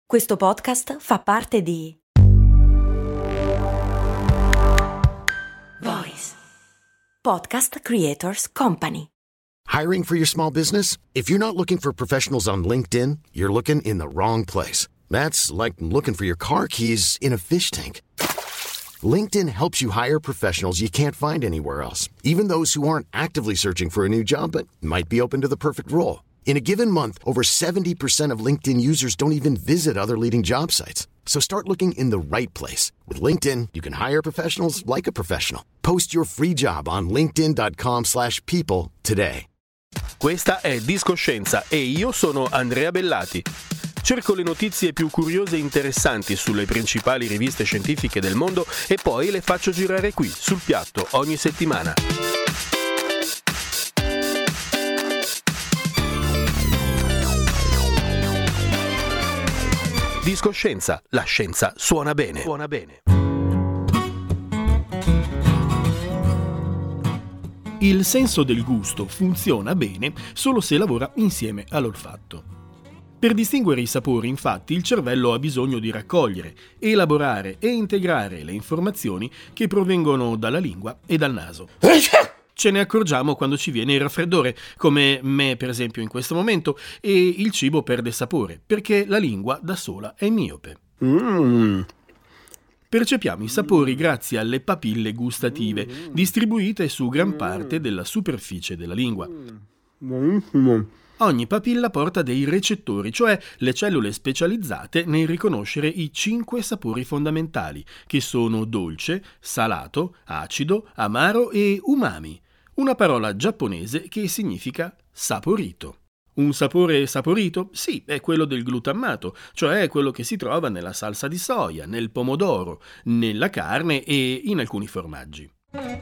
Questo podcast fa parte di Voice Podcast Creators Company. Hiring for your small business? If you're not looking for professionals on LinkedIn, you're looking in the wrong place. That's like looking for your car keys in a fish tank. LinkedIn helps you hire professionals you can't find anywhere else, even those who aren't actively searching for a new job but might be open to the perfect role. In a given month, over 70% of LinkedIn users don't even visit other leading job sites. So start looking in the right place. With LinkedIn, you can hire professionals like a professional. Post your free job on linkedin.com/people today. Questa è Discoscienza e io sono Andrea Bellati. Cerco le notizie più curiose e interessanti sulle principali riviste scientifiche del mondo e poi le faccio girare qui, sul piatto, ogni settimana. Discoscienza, la scienza suona bene. Suona bene. Il senso del gusto funziona bene solo se lavora insieme all'olfatto. Per distinguere i sapori, infatti, il cervello ha bisogno di raccogliere, elaborare e integrare le informazioni che provengono dalla lingua e dal naso. Ce ne accorgiamo quando ci viene il raffreddore, come me per esempio in questo momento, e il cibo perde sapore, perché la lingua da sola è miope. Percepiamo i sapori grazie alle papille gustative, distribuite su gran parte della superficie della lingua. Ogni papilla porta dei recettori, cioè le cellule specializzate nel riconoscere i 5 sapori fondamentali, che sono dolce, salato, acido, amaro e umami, una parola giapponese che significa saporito. Un sapore saporito? Sì, è quello del glutammato, cioè quello che si trova nella salsa di soia, nel pomodoro, nella carne e in alcuni formaggi.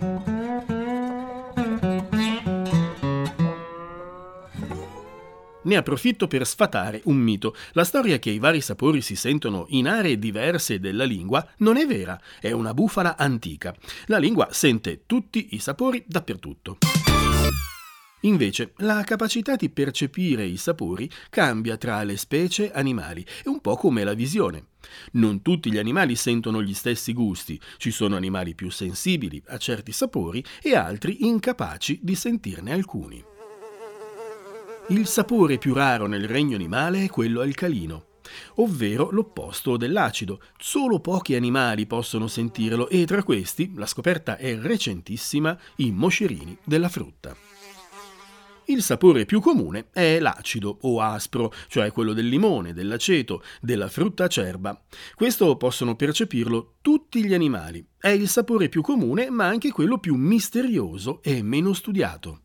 Ne approfitto per sfatare un mito. La storia che i vari sapori si sentono in aree diverse della lingua non è vera, è una bufala antica. La lingua sente tutti i sapori dappertutto. Invece, la capacità di percepire i sapori cambia tra le specie animali, è un po' come la visione. Non tutti gli animali sentono gli stessi gusti, ci sono animali più sensibili a certi sapori e altri incapaci di sentirne alcuni. Il sapore più raro nel regno animale è quello alcalino, ovvero l'opposto dell'acido. Solo pochi animali possono sentirlo e tra questi, la scoperta è recentissima, i moscerini della frutta. Il sapore più comune è l'acido o aspro, cioè quello del limone, dell'aceto, della frutta acerba. Questo possono percepirlo tutti gli animali. È il sapore più comune, ma anche quello più misterioso e meno studiato.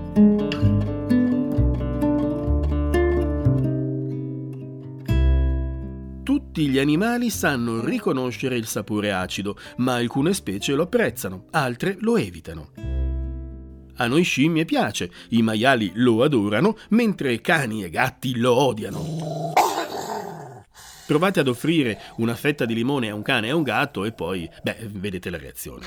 Tutti gli animali sanno riconoscere il sapore acido, ma alcune specie lo apprezzano, altre lo evitano. A noi scimmie piace, i maiali lo adorano, mentre cani e gatti lo odiano. Provate ad offrire una fetta di limone a un cane e a un gatto e poi, vedete la reazione.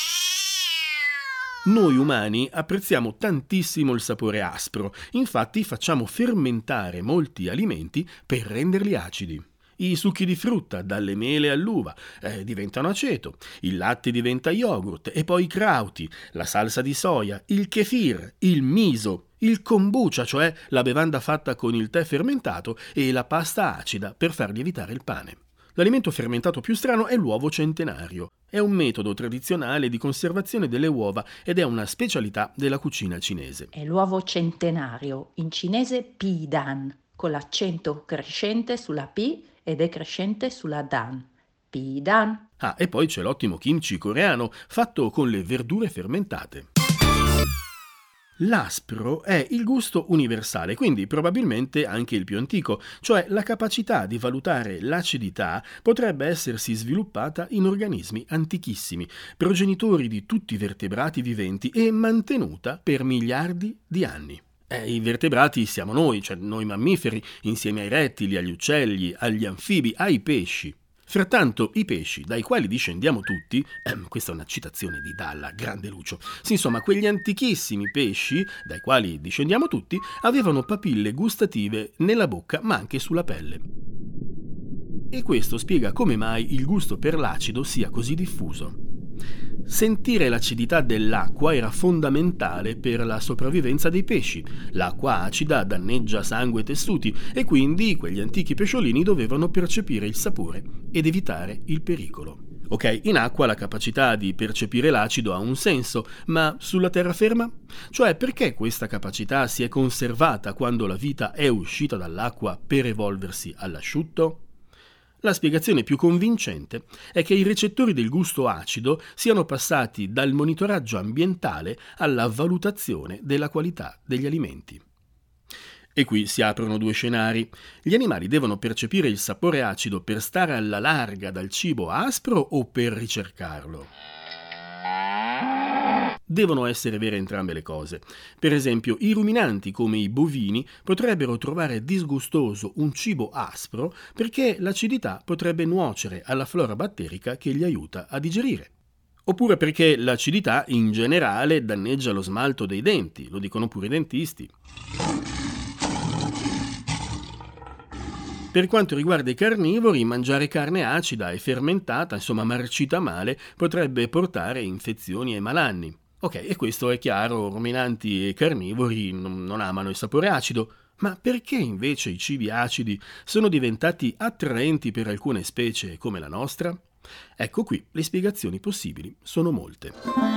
Noi umani apprezziamo tantissimo il sapore aspro, infatti facciamo fermentare molti alimenti per renderli acidi. I succhi di frutta, dalle mele all'uva, diventano aceto, il latte diventa yogurt e poi i krauti, la salsa di soia, il kefir, il miso, il kombucha, cioè la bevanda fatta con il tè fermentato e la pasta acida per far lievitare il pane. L'alimento fermentato più strano è l'uovo centenario. È un metodo tradizionale di conservazione delle uova ed è una specialità della cucina cinese. È l'uovo centenario, in cinese Pi Dan, con l'accento crescente sulla P ed è crescente sulla Dan. Pi Dan. Ah, e poi c'è l'ottimo kimchi coreano, fatto con le verdure fermentate. L'aspro è il gusto universale, quindi probabilmente anche il più antico, cioè la capacità di valutare l'acidità potrebbe essersi sviluppata in organismi antichissimi, progenitori di tutti i vertebrati viventi e mantenuta per miliardi di anni. I vertebrati siamo noi, cioè noi mammiferi, insieme ai rettili, agli uccelli, agli anfibi, ai pesci. Frattanto i pesci, dai quali discendiamo tutti, questa è una citazione di Dalla, grande Lucio, insomma quegli antichissimi pesci, dai quali discendiamo tutti, avevano papille gustative nella bocca ma anche sulla pelle. e questo spiega come mai il gusto per l'acido sia così diffuso. Sentire l'acidità dell'acqua era fondamentale per la sopravvivenza dei pesci. L'acqua acida danneggia sangue e tessuti e quindi quegli antichi pesciolini dovevano percepire il sapore ed evitare il pericolo. Ok, in acqua la capacità di percepire l'acido ha un senso, ma sulla terraferma? Cioè, perché questa capacità si è conservata quando la vita è uscita dall'acqua per evolversi all'asciutto? La spiegazione più convincente è che i recettori del gusto acido siano passati dal monitoraggio ambientale alla valutazione della qualità degli alimenti. E qui si aprono due scenari. Gli animali devono percepire il sapore acido per stare alla larga dal cibo aspro o per ricercarlo? Devono essere vere entrambe le cose. Per esempio, i ruminanti come i bovini potrebbero trovare disgustoso un cibo aspro perché l'acidità potrebbe nuocere alla flora batterica che li aiuta a digerire. Oppure perché l'acidità in generale danneggia lo smalto dei denti, lo dicono pure i dentisti. Per quanto riguarda i carnivori, mangiare carne acida e fermentata, insomma marcita male, potrebbe portare infezioni ai malanni. Ok, e questo è chiaro, ruminanti e carnivori non amano il sapore acido, ma perché invece i cibi acidi sono diventati attraenti per alcune specie come la nostra? Ecco qui, le spiegazioni possibili sono molte.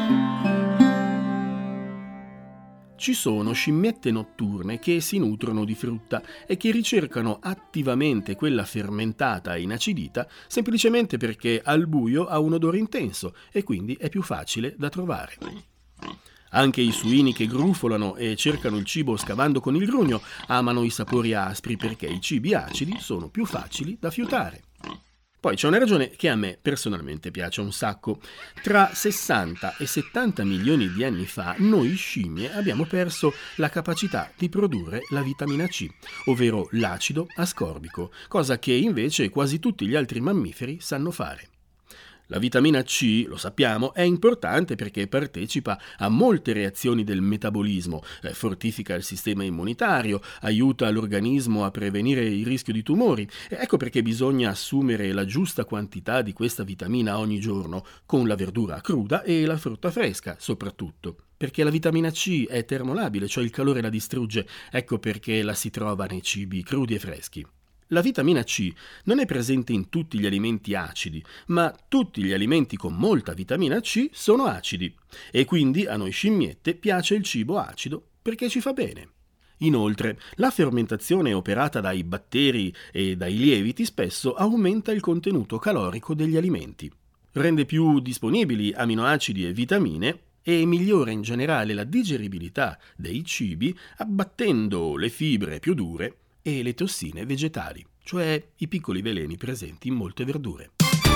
Ci sono scimmiette notturne che si nutrono di frutta e che ricercano attivamente quella fermentata e inacidita semplicemente perché al buio ha un odore intenso e quindi è più facile da trovare. Anche i suini che grufolano e cercano il cibo scavando con il grugno amano i sapori aspri perché i cibi acidi sono più facili da fiutare. Poi c'è una ragione che a me personalmente piace un sacco. Tra 60 e 70 milioni di anni fa noi scimmie abbiamo perso la capacità di produrre la vitamina C, ovvero l'acido ascorbico, cosa che invece quasi tutti gli altri mammiferi sanno fare. La vitamina C, lo sappiamo, è importante perché partecipa a molte reazioni del metabolismo, fortifica il sistema immunitario, aiuta l'organismo a prevenire il rischio di tumori. Ecco perché bisogna assumere la giusta quantità di questa vitamina ogni giorno, con la verdura cruda e la frutta fresca, soprattutto. Perché la vitamina C è termolabile, cioè il calore la distrugge, ecco perché la si trova nei cibi crudi e freschi. La vitamina C non è presente in tutti gli alimenti acidi, ma tutti gli alimenti con molta vitamina C sono acidi e quindi a noi scimmiette piace il cibo acido perché ci fa bene. Inoltre, la fermentazione operata dai batteri e dai lieviti spesso aumenta il contenuto calorico degli alimenti, rende più disponibili aminoacidi e vitamine e migliora in generale la digeribilità dei cibi abbattendo le fibre più dure e le tossine vegetali, cioè i piccoli veleni presenti in molte verdure.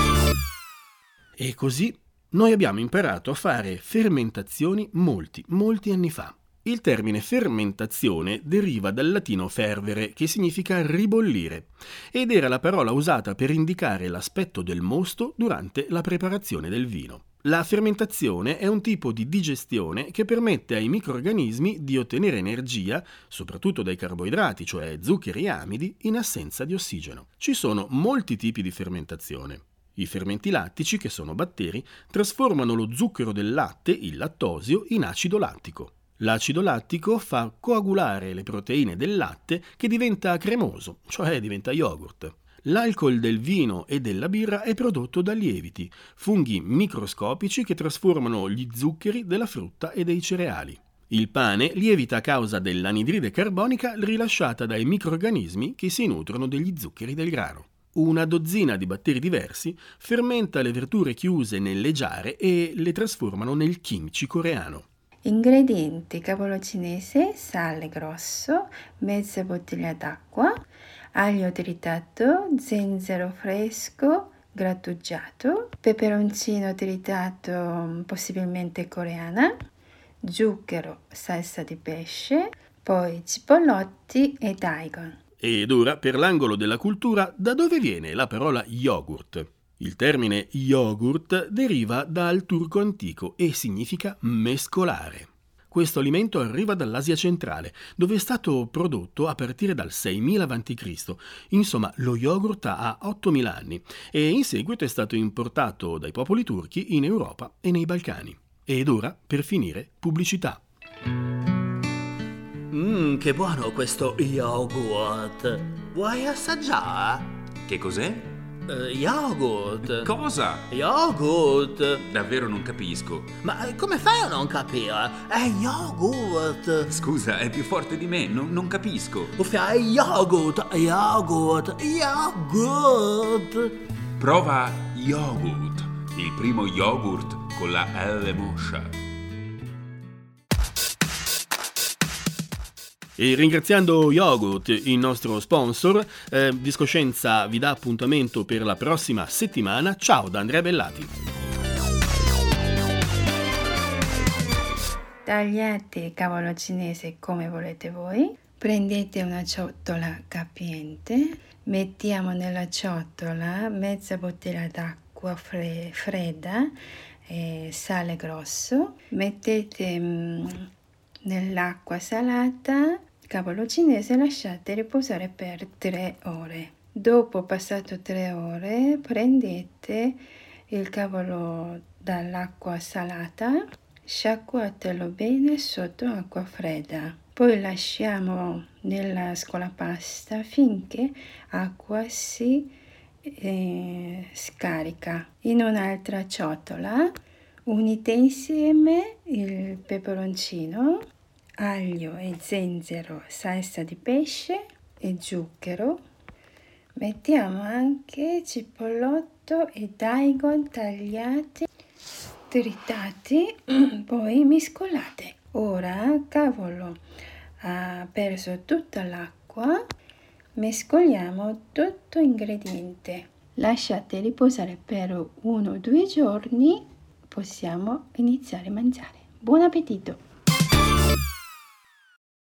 E così noi abbiamo imparato a fare fermentazioni molti anni fa. Il termine fermentazione deriva dal latino fervere, che significa ribollire, ed era la parola usata per indicare l'aspetto del mosto durante la preparazione del vino. La fermentazione è un tipo di digestione che permette ai microrganismi di ottenere energia, soprattutto dai carboidrati, cioè zuccheri e amidi, in assenza di ossigeno. Ci sono molti tipi di fermentazione. I fermenti lattici, che sono batteri, trasformano lo zucchero del latte, il lattosio, in acido lattico. L'acido lattico fa coagulare le proteine del latte che diventa cremoso, cioè diventa yogurt. L'alcol del vino e della birra è prodotto da lieviti, funghi microscopici che trasformano gli zuccheri della frutta e dei cereali. Il pane lievita a causa dell'anidride carbonica rilasciata dai microrganismi che si nutrono degli zuccheri del grano. Una dozzina di batteri diversi fermenta le verdure chiuse nelle giare e le trasformano nel kimchi coreano. Ingredienti: cavolo cinese, sale grosso, mezza bottiglia d'acqua, aglio tritato, zenzero fresco grattugiato, peperoncino tritato possibilmente coreana, zucchero, salsa di pesce, poi cipollotti e daikon. Ed ora, per l'angolo della cultura, da dove viene la parola yogurt? Il termine yogurt deriva dal turco antico e significa mescolare. Questo alimento arriva dall'Asia centrale, dove è stato prodotto a partire dal 6000 a.C. Insomma, lo yogurt ha 8000 anni e in seguito è stato importato dai popoli turchi in Europa e nei Balcani. Ed ora, per finire, pubblicità. Che buono questo yogurt. Vuoi assaggiare? Che cos'è? Yogurt. Cosa? Yogurt. Davvero non capisco. Ma come fai a non capire? È yogurt. Scusa, è più forte di me, non capisco. Uffia, è yogurt. Prova yogurt, il primo yogurt con la L moscia. E ringraziando Yogurt, il nostro sponsor, Discoscienza vi dà appuntamento per la prossima settimana. Ciao da Andrea Bellati. Tagliate cavolo cinese come volete voi. Prendete una ciotola capiente, mettiamo nella ciotola mezza bottiglia d'acqua fredda e sale grosso. Mettete nell'acqua salata cavolo cinese, lasciate riposare per 3 ore. Dopo passato 3 ore prendete il cavolo dall'acqua salata, sciacquatelo bene sotto acqua fredda. Poi lasciamo nella scolapasta finché acqua si scarica. In un'altra ciotola unite insieme il peperoncino, aglio e zenzero, salsa di pesce e zucchero. Mettiamo anche cipollotto e daikon tagliati, tritati, poi mescolate. Ora cavolo ha perso tutta l'acqua, mescoliamo tutto ingrediente. Lasciate riposare per 1 o 2 giorni, possiamo iniziare a mangiare. Buon appetito!